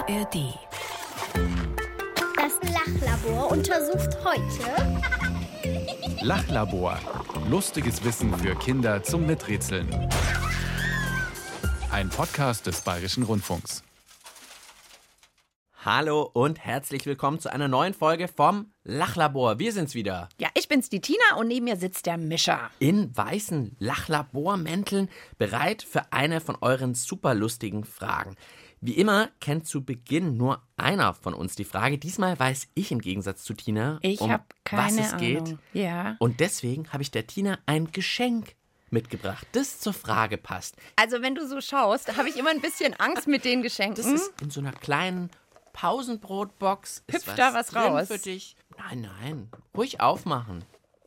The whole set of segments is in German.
ARD. Das Lachlabor untersucht heute Lachlabor. Lustiges Wissen für Kinder zum Miträtseln. Ein Podcast des Bayerischen Rundfunks. Hallo und herzlich willkommen zu einer neuen Folge vom Lachlabor. Wir sind's wieder. Ja, ich bin's, die Tina, und neben mir sitzt der Mischa. In weißen Lachlabormänteln, bereit für eine von euren superlustigen Fragen. Wie immer kennt zu Beginn nur einer von uns die Frage. Diesmal weiß ich im Gegensatz zu Tina, Ich um habe keine was es geht. Ahnung. Ja. Und deswegen habe ich der Tina ein Geschenk mitgebracht, das zur Frage passt. Also wenn du so schaust, habe ich immer ein bisschen Angst mit den Geschenken. Das ist in so einer kleinen Pausenbrotbox. Ist Hüpft da was drin raus? für dich? Nein. Ruhig aufmachen.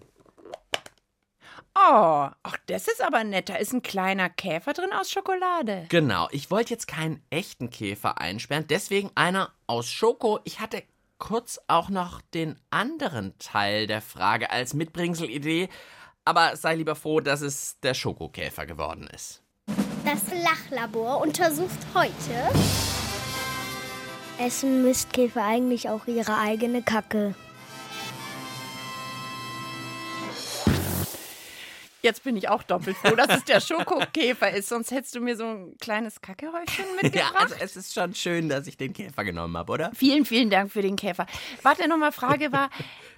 Oh, ach, das ist aber nett. Da ist ein kleiner Käfer drin aus Schokolade. Genau, ich wollte jetzt keinen echten Käfer einsperren, deswegen einer aus Schoko. Ich hatte kurz auch noch den anderen Teil der Frage als Mitbringselidee, aber sei lieber froh, dass es der Schokokäfer geworden ist. das Lachlabor untersucht heute Essen Mistkäfer eigentlich auch ihre eigene Kacke? Jetzt bin ich auch doppelt froh, dass es der Schokokäfer ist. Sonst hättest du mir so ein kleines Kackehäufchen mitgebracht. Ja, also es ist schon schön, dass ich den Käfer genommen habe, oder? Vielen, vielen Dank für den Käfer. Warte, nochmal, Frage war,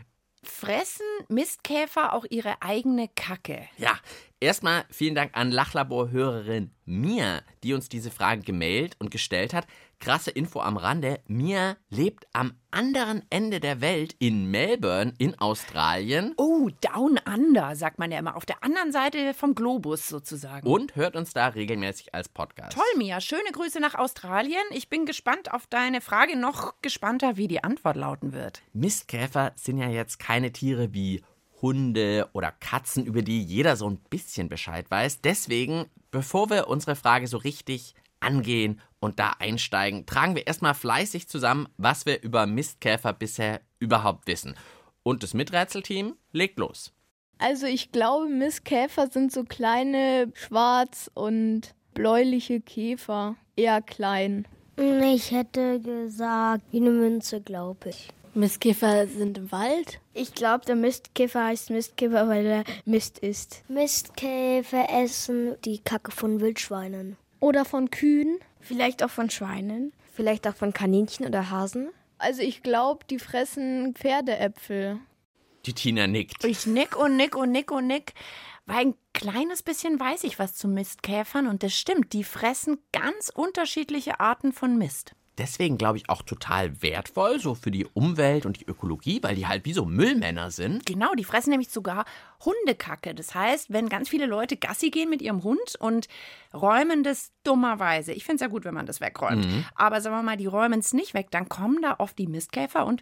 fressen Mistkäfer auch ihre eigene Kacke? Ja, erstmal vielen Dank an Lachlabor-Hörerin Mia, die uns diese Frage gemailt und gestellt hat. Krasse Info am Rande, Mia lebt am anderen Ende der Welt in Melbourne in Australien Oh, Down Under, sagt man ja immer, auf der anderen Seite vom Globus sozusagen. und hört uns da regelmäßig als Podcast. Toll, Mia, schöne Grüße nach Australien. Ich bin gespannt auf deine Frage, noch gespannter, wie die Antwort lauten wird. Mistkäfer sind ja jetzt keine Tiere wie Hunde oder Katzen, über die jeder so ein bisschen Bescheid weiß. Deswegen, bevor wir unsere Frage so richtig angehen und da einsteigen, tragen wir erstmal fleißig zusammen, was wir über Mistkäfer bisher überhaupt wissen. Und das Miträtselteam legt los. Also ich glaube, Mistkäfer sind so kleine, schwarz- und bläuliche Käfer. Eher klein. Ich hätte gesagt, wie eine Münze, glaube ich. Mistkäfer sind im Wald? Ich glaube, der Mistkäfer heißt Mistkäfer, weil er Mist isst. Mistkäfer essen die Kacke von Wildschweinen. Oder von Kühen? Vielleicht auch von Schweinen. Vielleicht auch von Kaninchen oder Hasen. Also ich glaube, die fressen Pferdeäpfel. Die Tina nickt. Ich nick und nick und nick und nick, weil ein kleines bisschen weiß ich was zu Mistkäfern und das stimmt, die fressen ganz unterschiedliche Arten von Mist. Deswegen glaube ich auch total wertvoll, so für die Umwelt und die Ökologie, weil die halt wie so Müllmänner sind. Genau, die fressen nämlich sogar Hundekacke. Das heißt, wenn ganz viele Leute Gassi gehen mit ihrem Hund und räumen das dummerweise, ich finde es ja gut, wenn man das wegräumt, aber sagen wir mal, die räumen es nicht weg, dann kommen da oft die Mistkäfer und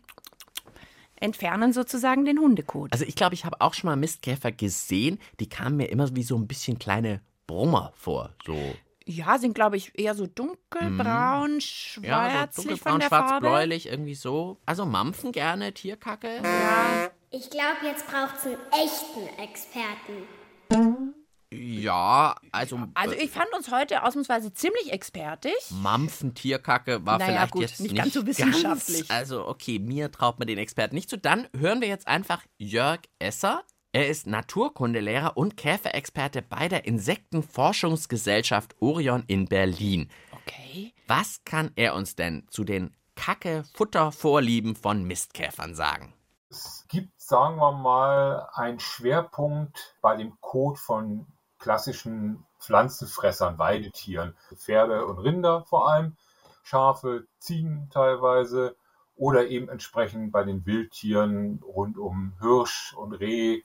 entfernen sozusagen den Hundekot. Also ich glaube, ich habe auch schon mal Mistkäfer gesehen, die kamen mir immer wie so ein bisschen kleine Brummer vor, so. Ja, sind, glaube ich, eher so dunkelbraun, Ja, so schwärzlich dunkelbraun, von der Farbe. schwarz-bläulich, irgendwie so. Also mampfen gerne Tierkacke. Ich glaube, jetzt braucht es einen echten Experten. Ja, also Ich fand uns heute ausnahmsweise ziemlich expertig. mampfen Tierkacke war Naja, vielleicht gut, jetzt nicht ganz so wissenschaftlich. Also okay, mir traut man den Experten nicht zu. Dann hören wir jetzt einfach Jörg Esser. Er ist Naturkundelehrer und Käferexperte bei der Insektenforschungsgesellschaft Orion in Berlin. Okay. Was kann er uns denn zu den Kacke-Futter-Vorlieben von Mistkäfern sagen? Es gibt, sagen wir mal, einen Schwerpunkt bei dem Kot von klassischen Pflanzenfressern, Weidetieren, Pferde und Rinder vor allem, Schafe, Ziegen teilweise oder eben entsprechend bei den Wildtieren rund um Hirsch und Reh.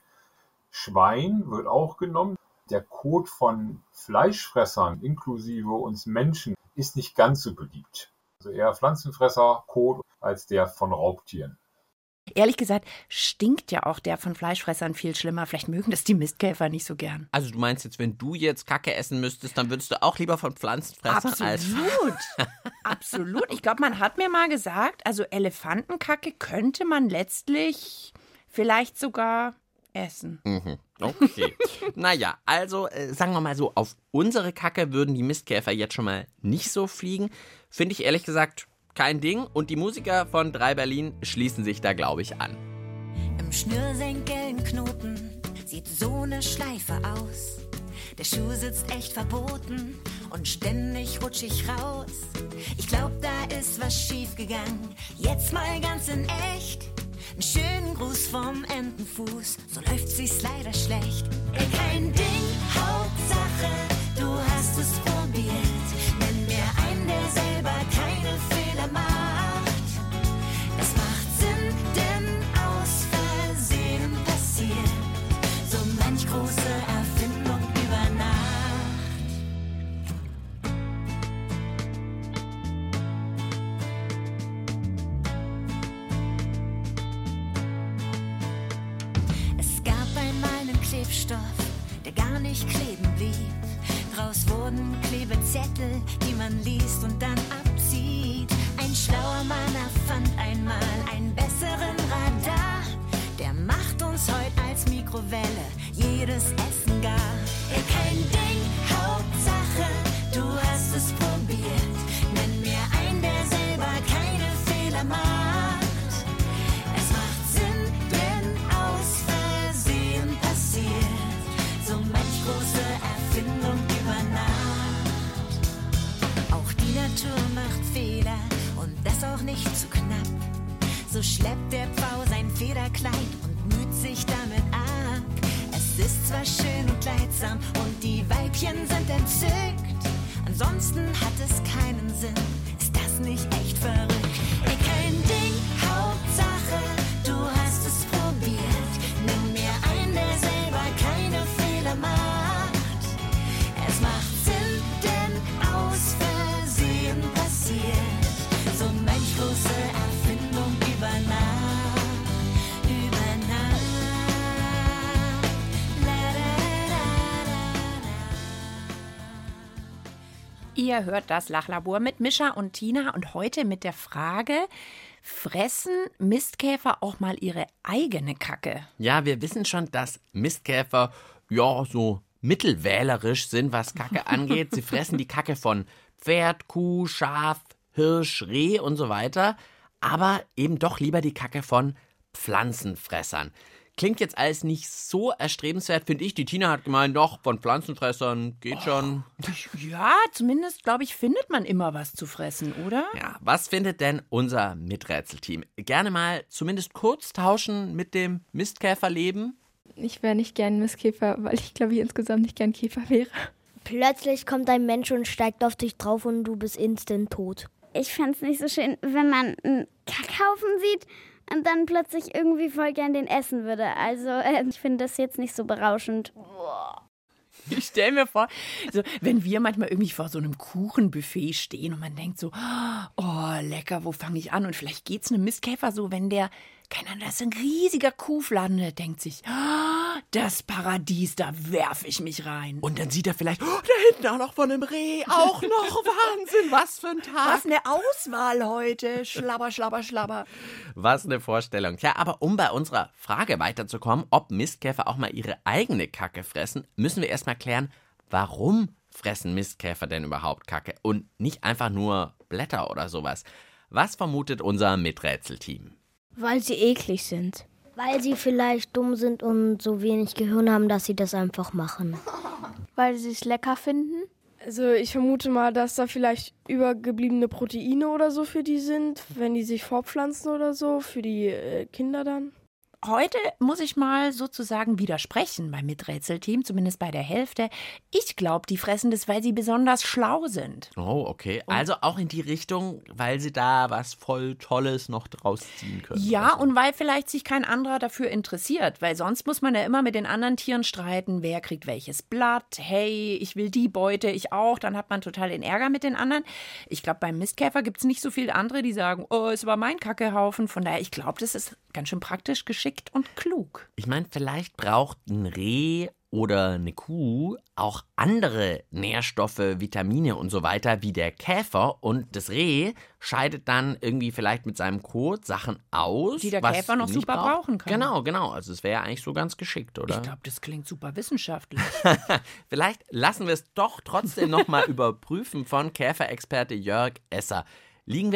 Schwein wird auch genommen. Der Kot von Fleischfressern, inklusive uns Menschen, ist nicht ganz so beliebt. Also eher Pflanzenfresser-Kot als der von Raubtieren. Ehrlich gesagt, stinkt ja auch der von Fleischfressern viel schlimmer. Vielleicht mögen das die Mistkäfer nicht so gern. Also du meinst jetzt, wenn du jetzt Kacke essen müsstest, dann würdest du auch lieber von Pflanzenfressern als... Absolut. Absolut. Ich glaube, man hat mir mal gesagt, also Elefantenkacke könnte man letztlich vielleicht sogar essen. Okay. Naja, also sagen wir mal so, auf unsere Kacke würden die Mistkäfer jetzt schon mal nicht so fliegen. Finde ich ehrlich gesagt kein Ding. Und die Musiker von 3 Berlin schließen sich da, glaube ich, an. Im Schnürsenkelnknoten sieht so eine Schleife aus. Der Schuh sitzt echt verboten und ständig rutsch ich raus. Ich glaub, da ist was schief gegangen, jetzt mal ganz in echt. Einen schönen Gruß vom Entenfuß, so läuft sich's leider schlecht. Kein Ding, Hauptsache, du hast es probiert. Nenn mir einen, der selber keine Fehler macht. Es macht Sinn, denn aus Versehen passiert so manch große Erfindung über Nacht. Es gab einmal einen Klebstoff, der gar nicht kleben blieb. Draus wurden Klebezettel, die man liest und dann abzieht. Ein schlauer Mann erfand einmal einen besseren Radar. Der macht uns heute als Mikrowelle jedes Essen gar. Kein Ding, Hauptsache, du hast es probiert. Nenn mir einen, der selber keine Fehler macht. Es macht Sinn, denn aus Versehen passiert so manch große Erfindung über Nacht. Auch die Natur macht Fehler und das auch nicht zu knapp. So schleppt der Pfau sein Federkleid und müht sich damit ab. Es ist zwar schön und kleidsam und die Weibchen sind entzückt. Ansonsten hat es keinen Sinn. Ist das nicht echt verrückt? Kein Ding, Hauptsache, du hast es probiert. Nenn mir einen, der selber keine Fehler macht. Es macht Sinn, denn aus Versehen passiert so manch große Erfindung über Nacht. Über Nacht. La, da, da, da, da. Ihr hört das Lachlabor mit Mischa und Tina und heute mit der Frage, fressen Mistkäfer auch mal ihre eigene Kacke? Ja, wir wissen schon, dass Mistkäfer ja so mittelwählerisch sind, was Kacke angeht. Sie fressen die Kacke von Pferd, Kuh, Schaf, Hirsch, Reh und so weiter, aber eben doch lieber die Kacke von Pflanzenfressern. Klingt jetzt alles nicht so erstrebenswert, finde ich. Die Tina hat gemeint, doch, von Pflanzenfressern geht schon. Ja, zumindest, glaube ich, findet man immer was zu fressen, oder? Ja, was findet denn unser Miträtselteam? Gerne mal zumindest kurz tauschen mit dem Mistkäferleben? Ich wäre nicht gern Mistkäfer, weil ich glaube, ich insgesamt nicht gern Käfer wäre. Plötzlich kommt ein Mensch und steigt auf dich drauf und du bist instant tot. Ich fände es nicht so schön, wenn man einen Kackhaufen sieht und dann plötzlich irgendwie voll gern den essen würde. Also ich finde das jetzt nicht so berauschend. Ich stelle mir vor, so, wenn wir manchmal irgendwie vor so einem Kuchenbuffet stehen und man denkt so, oh, lecker, wo fange ich an? Und vielleicht geht es einem Mistkäfer so, wenn der, keine Ahnung, da ist ein riesiger Kuhfladen, der denkt sich, das Paradies, da werfe ich mich rein. Und dann sieht er vielleicht, da hinten auch noch von einem Reh, auch noch Wahnsinn, was für ein Tag. Was eine Auswahl heute, schlabber, schlabber, schlabber. Was eine Vorstellung. Ja, aber um bei unserer Frage weiterzukommen, ob Mistkäfer auch mal ihre eigene Kacke fressen, müssen wir erstmal klären, warum fressen Mistkäfer denn überhaupt Kacke und nicht einfach nur Blätter oder sowas. Was vermutet unser Miträtselteam? Weil sie eklig sind. Weil sie vielleicht dumm sind und so wenig Gehirn haben, dass sie das einfach machen. Weil sie es lecker finden? Also ich vermute mal, dass da vielleicht übergebliebene Proteine oder so für die sind, wenn die sich fortpflanzen oder so, für die Kinder dann. Heute muss ich mal sozusagen widersprechen beim Miträtselteam, zumindest bei der Hälfte. Ich glaube, die fressen das, weil sie besonders schlau sind. Oh, okay. Also auch in die Richtung, weil sie da was voll Tolles noch draus ziehen können. Ja, und weil vielleicht sich kein anderer dafür interessiert. Weil sonst muss man ja immer mit den anderen Tieren streiten, wer kriegt welches Blatt. Hey, ich will die Beute, ich auch. Dann hat man total den Ärger mit den anderen. Ich glaube, beim Mistkäfer gibt es nicht so viele andere, die sagen, oh, es war mein Kackehaufen. Von daher, ich glaube, das ist ganz schön praktisch, geschickt und klug. Ich meine, vielleicht braucht ein Reh oder eine Kuh auch andere Nährstoffe, Vitamine und so weiter wie der Käfer. Und das Reh scheidet dann irgendwie vielleicht mit seinem Kot Sachen aus, die der was Käfer noch nicht super brauchen kann. Genau. Also es wäre ja eigentlich so ganz geschickt, oder? Ich glaube, das klingt super wissenschaftlich. Vielleicht lassen wir es doch trotzdem nochmal überprüfen von Käferexperte Jörg Esser. Liegen wir da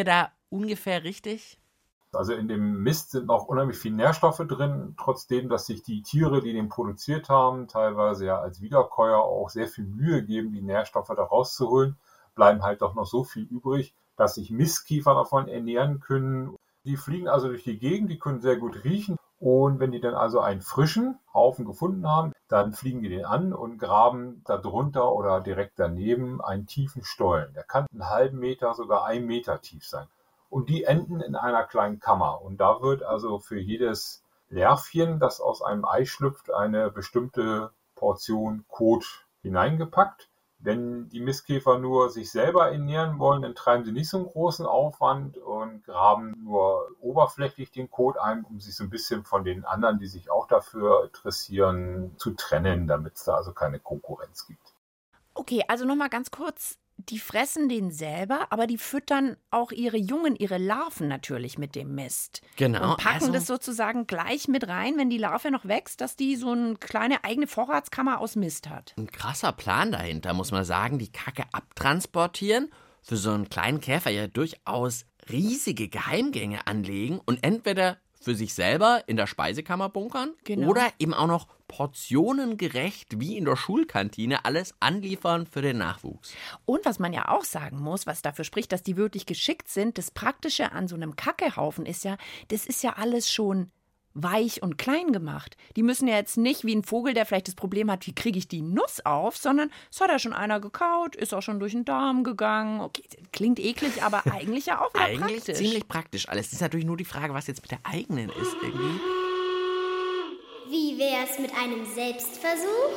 ungefähr richtig? Also in dem Mist sind noch unheimlich viele Nährstoffe drin, trotzdem, dass sich die Tiere, die den produziert haben, teilweise ja als Wiederkäuer auch sehr viel Mühe geben, die Nährstoffe da rauszuholen, bleiben halt doch noch so viel übrig, dass sich Mistkäfer davon ernähren können. Die fliegen also durch die Gegend, die können sehr gut riechen. Und wenn die dann also einen frischen Haufen gefunden haben, dann fliegen die den an und graben da drunter oder direkt daneben einen tiefen Stollen. Der kann einen halben Meter, sogar 1 Meter tief sein. Und die enden in einer kleinen Kammer. Und da wird also für jedes Larvchen, das aus einem Ei schlüpft, eine bestimmte Portion Kot hineingepackt. Wenn die Mistkäfer nur sich selber ernähren wollen, dann treiben sie nicht so einen großen Aufwand und graben nur oberflächlich den Kot ein, um sich so ein bisschen von den anderen, die sich auch dafür interessieren, zu trennen, damit es da also keine Konkurrenz gibt. Okay, also nochmal ganz kurz. Die fressen den selber, aber die füttern auch ihre Jungen, ihre Larven natürlich mit dem Mist. Genau. Und packen das sozusagen gleich mit rein, wenn die Larve noch wächst, dass die so eine kleine eigene Vorratskammer aus Mist hat. Ein krasser Plan dahinter, muss man sagen, die Kacke abtransportieren, für so einen kleinen Käfer ja durchaus riesige Geheimgänge anlegen und entweder für sich selber in der Speisekammer bunkern oder eben auch noch portionengerecht wie in der Schulkantine alles anliefern für den Nachwuchs. Und was man ja auch sagen muss, was dafür spricht, dass die wirklich geschickt sind, das Praktische an so einem Kackehaufen ist ja, das ist ja alles schon weich und klein gemacht. Die müssen ja jetzt nicht wie ein Vogel, der vielleicht das Problem hat, wie kriege ich die Nuss auf, sondern es hat ja schon einer gekaut, ist auch schon durch den Darm gegangen. Okay, klingt eklig, aber eigentlich ja auch wieder eigentlich praktisch. Ziemlich praktisch alles. Es ist natürlich nur die Frage, was jetzt mit der eigenen ist irgendwie. Wie wär's mit einem Selbstversuch?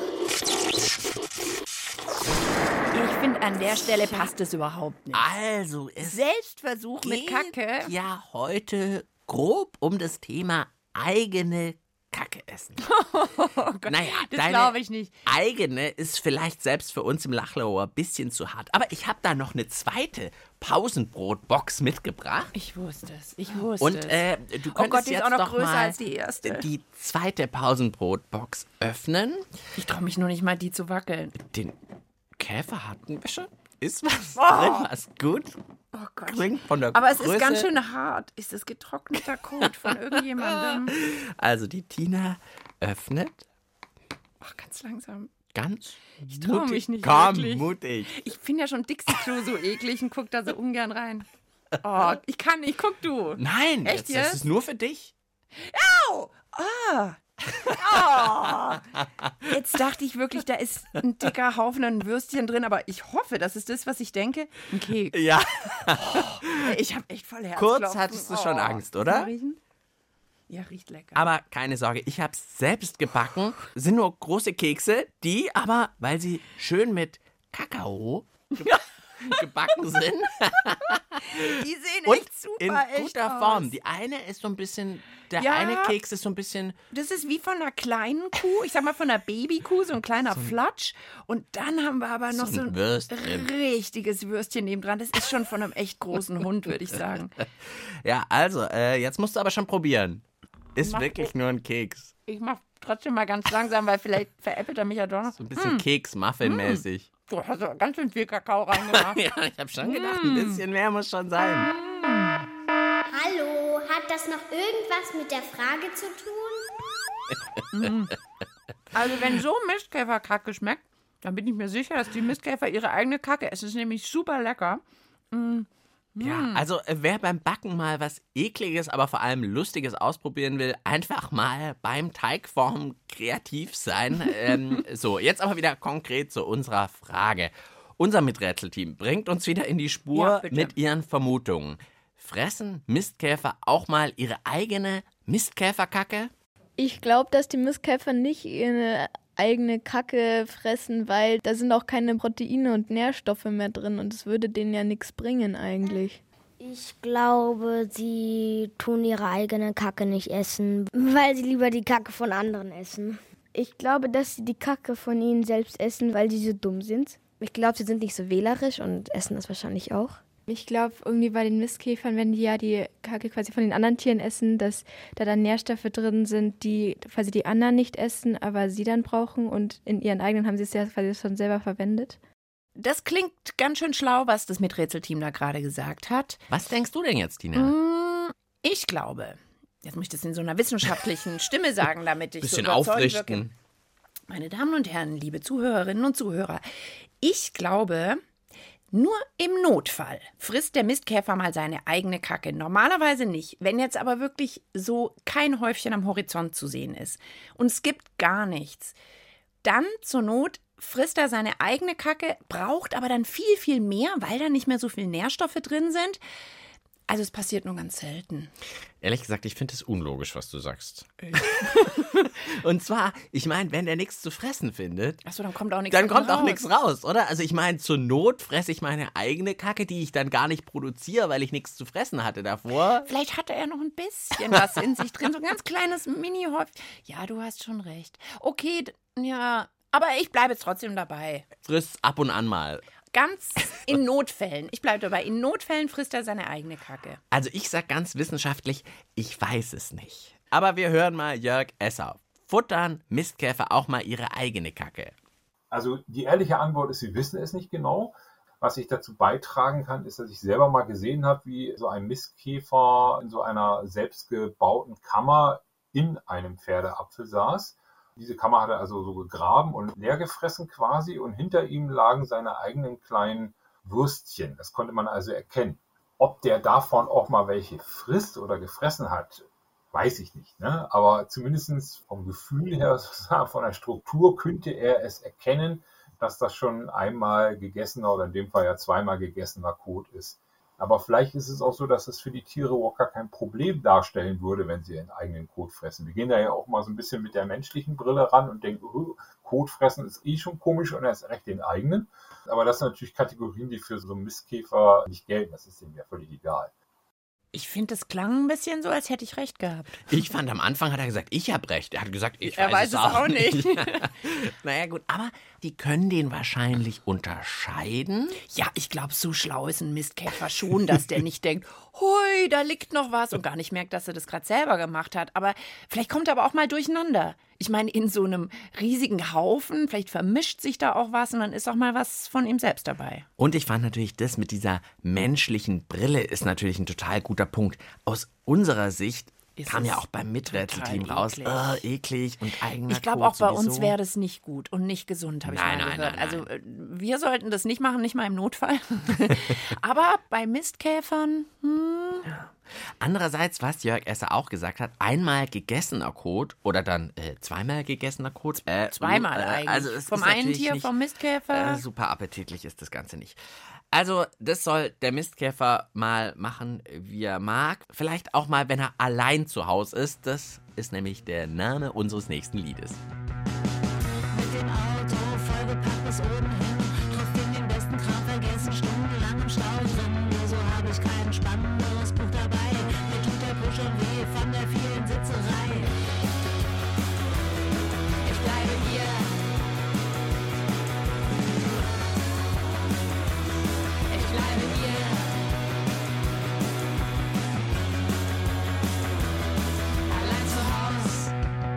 Ich finde, an der Stelle passt es überhaupt nicht. Also, es Selbstversuch mit Kacke. ja heute grob um das Thema eigene Kacke essen. Oh Gott, naja, das glaube ich nicht. Eigene ist vielleicht selbst für uns im Lachlauer ein bisschen zu hart. Aber ich habe da noch eine zweite Pausenbrotbox mitgebracht. Ich wusste es. Und du könntest oh Gott, die jetzt ist auch noch doch größer mal als die erste. Die zweite Pausenbrotbox öffnen. Ich traue mich nur nicht mal, die zu wackeln. Den Käferhartenwischer? Ist was drin, was gut Oh Gott. klingt von der Aber es Größe. ist ganz schön hart. Ist das getrockneter Kot von irgendjemandem? Also die Tina öffnet Ach, ganz langsam. ganz Ich traue mutig. mich nicht Komm, wirklich. mutig. Ich finde ja schon Dixie Crew so eklig und gucke da so ungern rein. Oh, ich kann nicht. Guck du. Nein, Echt das jetzt? ist nur für dich. Au! Ah! Oh. Jetzt dachte ich wirklich, da ist ein dicker Haufen an Würstchen drin, aber ich hoffe, das ist das, was ich denke. Ein Keks. Ja. Ich habe echt voll Herzklopfen. Kurz hattest du schon Angst, oder? Kann man riechen? Ja, riecht lecker. Aber keine Sorge, ich habe es selbst gebacken. Sind nur große Kekse, die aber, weil sie schön mit Kakao gebacken sind, die sehen und echt super in echt guter aus. Form. Die eine ist so ein bisschen, der Ja. eine Keks ist so ein bisschen, Das ist wie von einer kleinen Kuh, ich sag mal von einer Babykuh, so ein kleiner Flatsch. Und dann haben wir aber noch so ein Würstchen. richtiges Würstchen nebendran. Das ist schon von einem echt großen Hund, würde ich sagen. Ja, also, jetzt musst du aber schon probieren. Ist Mach wirklich nur ein Keks. Ich mach trotzdem mal ganz langsam, weil vielleicht veräppelt er mich ja doch noch. So ein bisschen Keks-Muffin-mäßig. Du hast ja ganz schön viel Kakao reingemacht. Ja, ich habe schon gedacht, ein bisschen mehr muss schon sein. Hallo, hat das noch irgendwas mit der Frage zu tun? Also wenn so Mistkäferkacke schmeckt, dann bin ich mir sicher, dass die Mistkäfer ihre eigene Kacke essen. Das ist nämlich super lecker. Ja, also wer beim Backen mal was Ekliges, aber vor allem Lustiges ausprobieren will, einfach mal beim Teigformen kreativ sein. So, jetzt aber wieder konkret zu unserer Frage. Unser Miträtselteam bringt uns wieder in die Spur Ja, bitte. mit ihren Vermutungen. Fressen Mistkäfer auch mal ihre eigene Mistkäferkacke? Ich glaube, dass die Mistkäfer nicht ihre eigene Kacke fressen, weil da sind auch keine Proteine und Nährstoffe mehr drin und es würde denen ja nichts bringen eigentlich. Ich glaube, sie tun ihre eigene Kacke nicht essen, weil sie lieber die Kacke von anderen essen. Ich glaube, dass sie die Kacke von ihnen selbst essen, weil sie so dumm sind. Ich glaube, sie sind nicht so wählerisch und essen das wahrscheinlich auch. Ich glaube, irgendwie bei den Mistkäfern, wenn die ja die Kacke quasi von den anderen Tieren essen, dass da dann Nährstoffe drin sind, die quasi die anderen nicht essen, aber sie dann brauchen und in ihren eigenen haben sie es ja quasi schon selber verwendet. Das klingt ganz schön schlau, was das Miträtselteam da gerade gesagt hat. Was denkst du denn jetzt, Tina? Ich glaube, jetzt muss ich das in so einer wissenschaftlichen Stimme sagen, damit ich Bisschen so überzeugend aufrichten. wirke. Meine Damen und Herren, liebe Zuhörerinnen und Zuhörer, ich glaube, nur im Notfall frisst der Mistkäfer mal seine eigene Kacke. Normalerweise nicht. Wenn jetzt aber wirklich so kein Häufchen am Horizont zu sehen ist und es gibt gar nichts, dann zur Not frisst er seine eigene Kacke, braucht aber dann viel, viel mehr, weil da nicht mehr so viele Nährstoffe drin sind. Also es passiert nur ganz selten. Ehrlich gesagt, ich finde es unlogisch, was du sagst. Und zwar, ich meine, wenn der nichts zu fressen findet, Achso, dann kommt auch nichts dann kommt raus. auch nichts raus, oder? Also ich meine, zur Not fresse ich meine eigene Kacke, die ich dann gar nicht produziere, weil ich nichts zu fressen hatte davor. Vielleicht hatte er noch ein bisschen was in sich drin, so ein ganz kleines Mini-Häufchen. Ja, du hast schon recht. Okay, ja, aber ich bleibe jetzt trotzdem dabei. Friss ab und an mal. Ganz in Notfällen. Ich bleibe dabei. In Notfällen frisst er seine eigene Kacke. Also ich sag ganz wissenschaftlich, ich weiß es nicht. Aber wir hören mal Jörg Esser. Futtern Mistkäfer auch mal ihre eigene Kacke? Also die ehrliche Antwort ist, wir wissen es nicht genau. Was ich dazu beitragen kann, ist, dass ich selber mal gesehen habe, wie so ein Mistkäfer in so einer selbstgebauten Kammer in einem Pferdeapfel saß. Diese Kammer hat er also so gegraben und leer gefressen quasi und hinter ihm lagen seine eigenen kleinen Würstchen. Das konnte man also erkennen. Ob der davon auch mal welche frisst oder gefressen hat, weiß ich nicht. Ne? Aber zumindest vom Gefühl her, von der Struktur könnte er es erkennen, dass das schon einmal gegessener oder in dem Fall ja zweimal gegessener Kot ist. Aber vielleicht ist es auch so, dass es für die Tiere überhaupt gar kein Problem darstellen würde, wenn sie ihren eigenen Kot fressen. Wir gehen da ja auch mal so ein bisschen mit der menschlichen Brille ran und denken, Kot fressen ist eh schon komisch und erst recht den eigenen. Aber das sind natürlich Kategorien, die für so einen Mistkäfer nicht gelten. Das ist ihm ja völlig egal. Ich finde, es klang ein bisschen so, als hätte ich recht gehabt. Ich fand, am Anfang hat er gesagt, ich habe recht. Er hat gesagt, ich Er weiß es auch nicht. nicht. Naja gut, aber die können den wahrscheinlich unterscheiden. Ja, ich glaube, so schlau ist ein Mistkäfer schon, dass der nicht denkt, hui, da liegt noch was und gar nicht merkt, dass er das gerade selber gemacht hat. Aber vielleicht kommt er aber auch mal durcheinander. Ich meine, in so einem riesigen Haufen, vielleicht vermischt sich da auch was und dann ist auch mal was von ihm selbst dabei. Und ich fand natürlich, das mit dieser menschlichen Brille ist natürlich ein total guter Punkt. Aus unserer Sicht kam ja auch beim Miträtselteam raus, eklig und eigener Ich glaube, Kot auch bei sowieso. uns wäre das nicht gut und nicht gesund, habe ich Nein, mal nein, gehört. nein, Also wir sollten das nicht machen, nicht mal im Notfall. Aber bei Mistkäfern, Andererseits, was Jörg Esser auch gesagt hat, einmal gegessener Kot oder dann zweimal gegessener Kot. zweimal eigentlich. Also es vom ist einen natürlich Tier, nicht, vom Mistkäfer. super appetitlich ist das Ganze nicht. Also das soll der Mistkäfer mal machen, wie er mag. Vielleicht auch mal, wenn er allein zu Hause ist. Das ist nämlich der Name unseres nächsten Liedes. Mit dem Auto vollgepackt bis oben hin. Trotzdem den besten Kram vergessen, stundenlang im Stau drin. Nur so habe ich kein spannenderes Buch dabei. Mir tut der Po schon weh von der vielen Sitzerei. Ich bleibe hier. Ich bleibe hier. Allein zu Haus.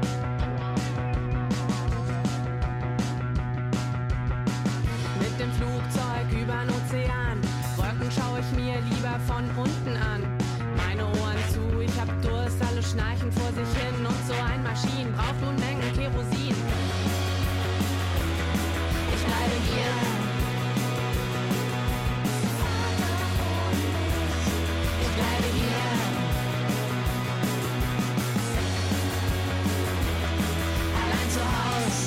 Mit dem Flugzeug übern Ozean. Wolken schaue ich mir lieber von unten an. Meine Ohren zu, ich hab Durst, alle schnarchen vor sich hin. Und so ein Maschinen braucht Unmengen Kerosin. Ich bleibe hier. Ich bleibe hier. Allein zu Haus.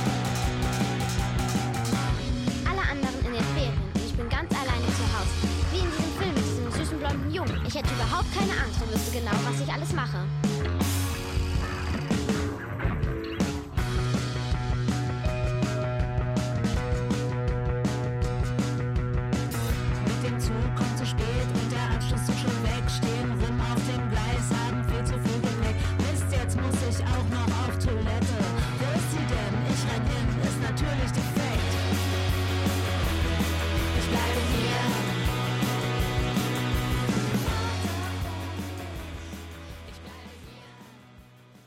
Alle anderen in den Ferien und ich bin ganz alleine zu Hause. Wie in diesem Film mit diesem süßen blonden Jungen. Ich hätte überhaupt keine Angst und wüsste genau, was ich alles mache. Mit dem Zug kommt zu spät und der Anschluss ist schon weg. Stehen rum auf dem Gleis, haben viel zu viel geleckt. Mist, jetzt muss ich auch noch auf Toilette. Wo ist sie denn? Ich renn hin, ist natürlich defekt. Ich bleibe hier. Ich bleibe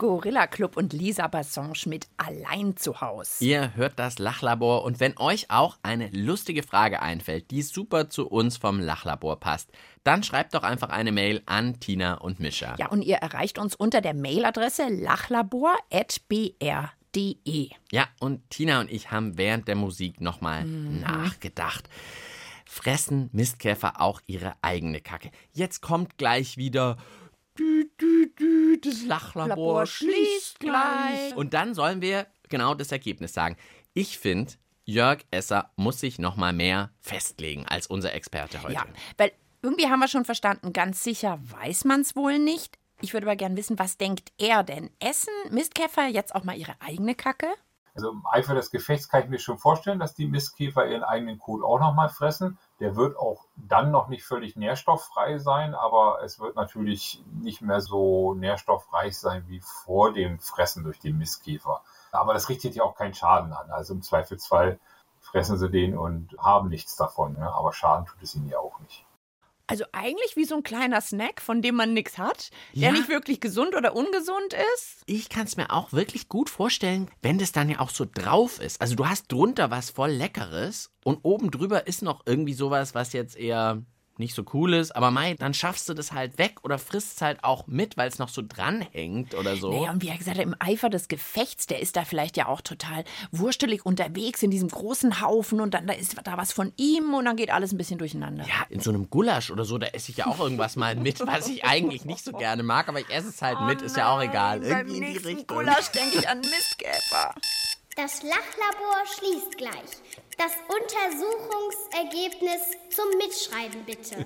Gorilla Club und Lisa Bassange mit Allein zu Haus. Ihr hört das Lachlabor und wenn euch auch eine lustige Frage einfällt, die super zu uns vom Lachlabor passt, dann schreibt doch einfach eine Mail an Tina und Mischa. Ja, und ihr erreicht uns unter der Mailadresse lachlabor@br.de. Ja, und Tina und ich haben während der Musik nochmal nachgedacht. Fressen Mistkäfer auch ihre eigene Kacke? Jetzt kommt gleich wieder das Lachlabor schließt gleich. Und dann sollen wir genau das Ergebnis sagen. Ich finde, Jörg Esser muss sich nochmal mehr festlegen als unser Experte heute. Ja, weil irgendwie haben wir schon verstanden, ganz sicher weiß man es wohl nicht. Ich würde aber gerne wissen, was denkt er denn? Essen Mistkäfer jetzt auch mal ihre eigene Kacke? Also im Eifer des Gefechts kann ich mir schon vorstellen, dass die Mistkäfer ihren eigenen Kot auch nochmal fressen. Der wird auch dann noch nicht völlig nährstofffrei sein, aber es wird natürlich nicht mehr so nährstoffreich sein wie vor dem Fressen durch den Mistkäfer. Aber das richtet ja auch keinen Schaden an. Also im Zweifelsfall fressen sie den und haben nichts davon. Ne? Aber Schaden tut es ihnen ja auch nicht. Also eigentlich wie so ein kleiner Snack, von dem man nichts hat, der nicht wirklich gesund oder ungesund ist. Ich kann es mir auch wirklich gut vorstellen, wenn das dann ja auch so drauf ist. Also du hast drunter was voll Leckeres und oben drüber ist noch irgendwie sowas, was jetzt eher nicht so cool ist. Aber Mai, dann schaffst du das halt weg oder frisst es halt auch mit, weil es noch so dranhängt oder so. Naja, und wie er gesagt hat, im Eifer des Gefechts, der ist da vielleicht ja auch total wurstelig unterwegs in diesem großen Haufen und dann da ist da was von ihm und dann geht alles ein bisschen durcheinander. Ja, in so einem Gulasch oder so, da esse ich ja auch irgendwas mal mit, was ich eigentlich nicht so gerne mag, aber ich esse es halt mit, ist ja auch egal. Irgendwie in die Richtung. Gulasch denke ich an Mistkäfer. Das Lachlabor schließt gleich. Das Untersuchungsergebnis zum Mitschreiben bitte.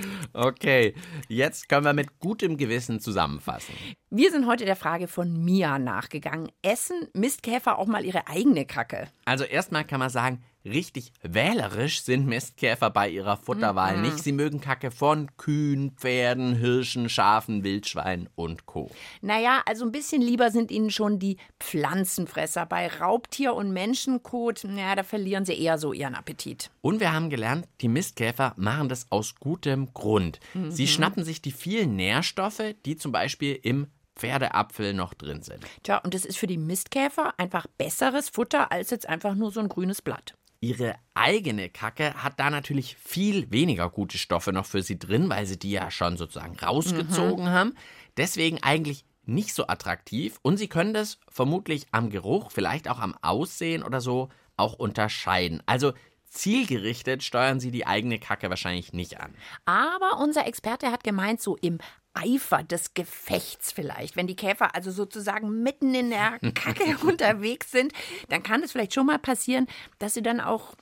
Okay, jetzt können wir mit gutem Gewissen zusammenfassen. Wir sind heute der Frage von Mia nachgegangen. Essen Mistkäfer auch mal ihre eigene Kacke? Also erstmal kann man sagen, richtig wählerisch sind Mistkäfer bei ihrer Futterwahl nicht. Sie mögen Kacke von Kühen, Pferden, Hirschen, Schafen, Wildschweinen und Co. Naja, also ein bisschen lieber sind ihnen schon die Pflanzenfresser. Bei Raubtier- und Menschenkot, da verlieren sie eher so ihren Appetit. Und wir haben gelernt, die Mistkäfer machen das aus gutem Grund. Sie schnappen sich die vielen Nährstoffe, die zum Beispiel im Pferdeapfel noch drin sind. Tja, und das ist für die Mistkäfer einfach besseres Futter als jetzt einfach nur so ein grünes Blatt. Ihre eigene Kacke hat da natürlich viel weniger gute Stoffe noch für sie drin, weil sie die ja schon sozusagen rausgezogen haben. Deswegen eigentlich nicht so attraktiv und sie können das vermutlich am Geruch, vielleicht auch am Aussehen oder so auch unterscheiden. Also zielgerichtet steuern sie die eigene Kacke wahrscheinlich nicht an. Aber unser Experte hat gemeint, so im Eifer des Gefechts vielleicht. Wenn die Käfer also sozusagen mitten in der Kacke unterwegs sind, dann kann es vielleicht schon mal passieren, dass sie dann auch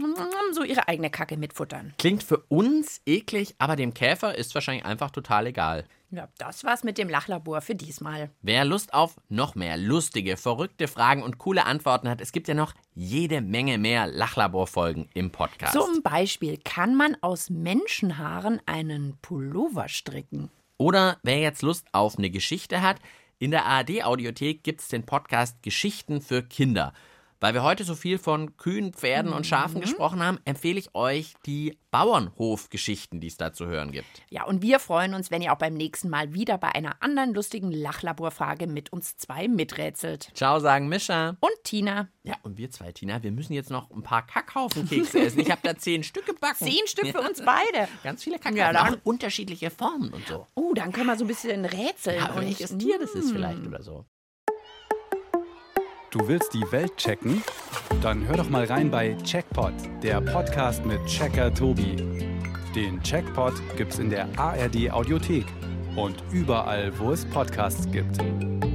so ihre eigene Kacke mitfuttern. Klingt für uns eklig, aber dem Käfer ist wahrscheinlich einfach total egal. Ja, das war's mit dem Lachlabor für diesmal. Wer Lust auf noch mehr lustige, verrückte Fragen und coole Antworten hat, es gibt ja noch jede Menge mehr Lachlabor-Folgen im Podcast. Zum Beispiel kann man aus Menschenhaaren einen Pullover stricken. Oder wer jetzt Lust auf eine Geschichte hat, in der ARD-Audiothek gibt es den Podcast Geschichten für Kinder. Weil wir heute so viel von Kühen, Pferden und Schafen gesprochen haben, empfehle ich euch die Bauernhof-Geschichten, die es da zu hören gibt. Ja, und wir freuen uns, wenn ihr auch beim nächsten Mal wieder bei einer anderen lustigen Lachlabor-Frage mit uns zwei miträtselt. Ciao, sagen Mischa. Und Tina. Ja, und wir zwei, Tina, wir müssen jetzt noch ein paar Kackhaufenkekse essen. Ich habe da 10 Stück gebacken. 10 Stück für uns beide. Ganz viele Kackhaufen, auch unterschiedliche Formen und so. Oh, dann können wir so ein bisschen rätseln. Ja, welches Tier das ist vielleicht oder so. Du willst die Welt checken? Dann hör doch mal rein bei Checkpot, der Podcast mit Checker Tobi. Den Checkpot gibt's in der ARD Audiothek und überall, wo es Podcasts gibt.